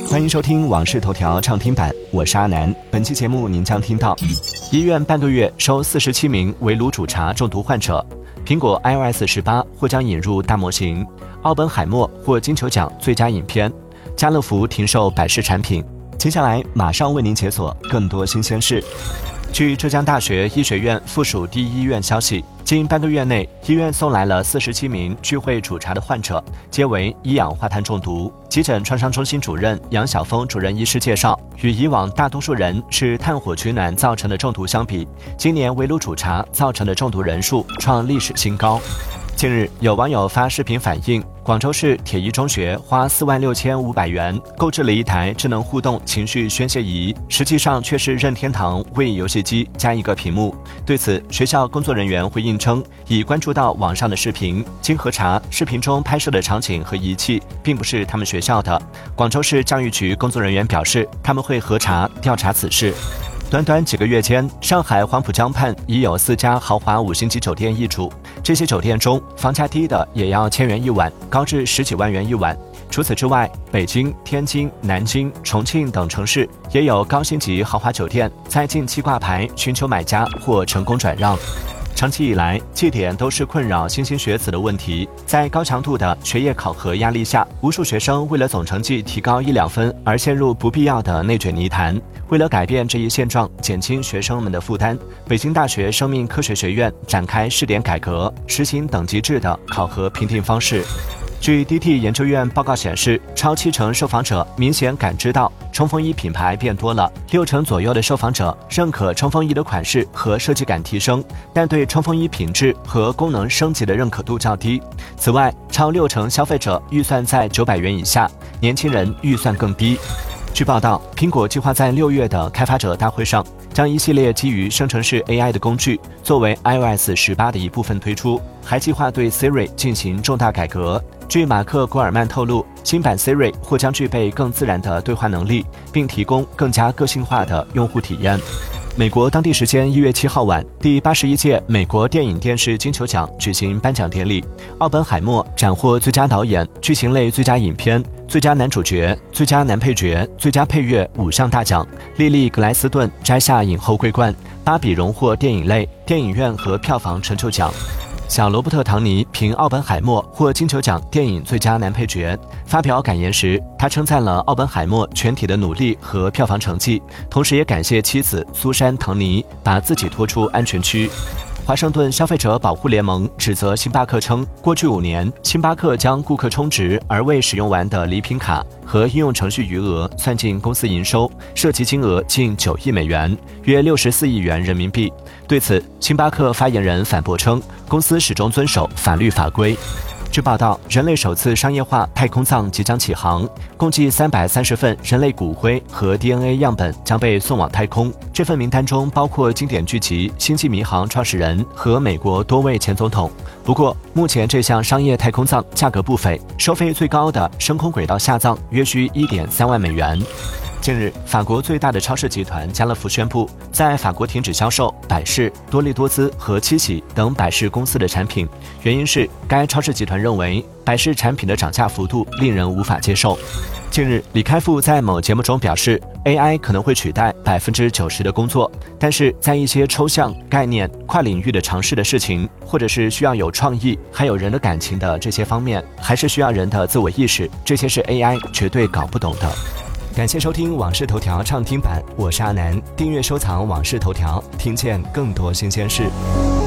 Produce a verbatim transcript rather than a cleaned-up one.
欢迎收听《往事头条》畅听版，我是阿南。本期节目您将听到：医院半个月收四十七名围炉煮茶中毒患者；苹果 iOS 十八或将引入大模型；奥本海默获金球奖最佳影片；家乐福停售百事产品。接下来马上为您解锁更多新鲜事。据浙江大学医学院附属第一医院消息，近半个月内，医院送来了四十七名聚会煮茶的患者，皆为一氧化碳中毒。急诊创伤中心主任杨晓峰主任医师介绍，与以往大多数人是炭火取暖造成的中毒相比，今年围炉煮茶造成的中毒人数创历史新高。近日，有网友发视频反映，广州市铁一中学花四万六千五百元购置了一台智能互动情绪宣泄仪，实际上却是任天堂为游戏机加一个屏幕。对此，学校工作人员回应称，已关注到网上的视频，经核查，视频中拍摄的场景和仪器并不是他们学校的。广州市教育局工作人员表示，他们会核查调查此事。短短几个月间，上海黄浦江畔已有四家豪华五星级酒店易主，这些酒店中房价低的也要千元一晚，高至十几万元一晚。除此之外，北京、天津、南京、重庆等城市也有高星级豪华酒店在近期挂牌寻求买家或成功转让。长期以来，绩点都是困扰莘莘学子的问题。在高强度的学业考核压力下，无数学生为了总成绩提高一两分而陷入不必要的内卷泥潭。为了改变这一现状，减轻学生们的负担，北京大学生命科学学院展开试点改革，实行等级制的考核评定方式。据 D T 研究院报告显示，超七成受访者明显感知到冲锋衣品牌变多了，六成左右的受访者认可冲锋衣的款式和设计感提升，但对冲锋衣品质和功能升级的认可度较低。此外，超六成消费者预算在九百元以下，年轻人预算更低。据报道，苹果计划在六月的开发者大会上，将一系列基于生成式 A I 的工具作为 iOS 十八的一部分推出，还计划对 Siri 进行重大改革。据马克·古尔曼透露，新版 Siri 或将具备更自然的对话能力，并提供更加个性化的用户体验。美国当地时间一月七号晚，第八十一届美国电影电视金球奖举行颁奖典礼，奥本海默斩获最佳导演、剧情类最佳影片、最佳男主角、最佳男配角、最佳配乐五项大奖，莉莉·格莱斯顿摘下影后桂冠，芭比荣获电影类、电影院和票房成就奖。小罗伯特·唐尼凭《奥本海默》获金球奖电影最佳男配角。发表感言时，他称赞了奥本海默全体的努力和票房成绩，同时也感谢妻子苏珊·唐尼把自己拖出安全区。华盛顿消费者保护联盟指责星巴克称，过去五年，星巴克将顾客充值而未使用完的礼品卡和应用程序余额算进公司营收，涉及金额近九亿美元，约六十四亿元人民币。对此，星巴克发言人反驳称，公司始终遵守法律法规。据报道，人类首次商业化太空葬即将起航，共计三百三十份人类骨灰和 D N A 样本将被送往太空。这份名单中包括经典剧集《星际迷航》创始人和美国多位前总统。不过，目前这项商业太空葬价格不菲，收费最高的升空轨道下葬约需 一点三万美元。近日，法国最大的超市集团家乐福宣布，在法国停止销售百事、多利多姿和七喜等百事公司的产品，原因是该超市集团认为百事产品的涨价幅度令人无法接受。近日，李开复在某节目中表示 ，A I 可能会取代百分之九十的工作，但是在一些抽象概念、跨领域的尝试的事情，或者是需要有创意，还有人的感情的这些方面，还是需要人的自我意识，这些是 A I 绝对搞不懂的。感谢收听《往事头条》畅听版，我是阿南，订阅收藏《往事头条》，听见更多新鲜事。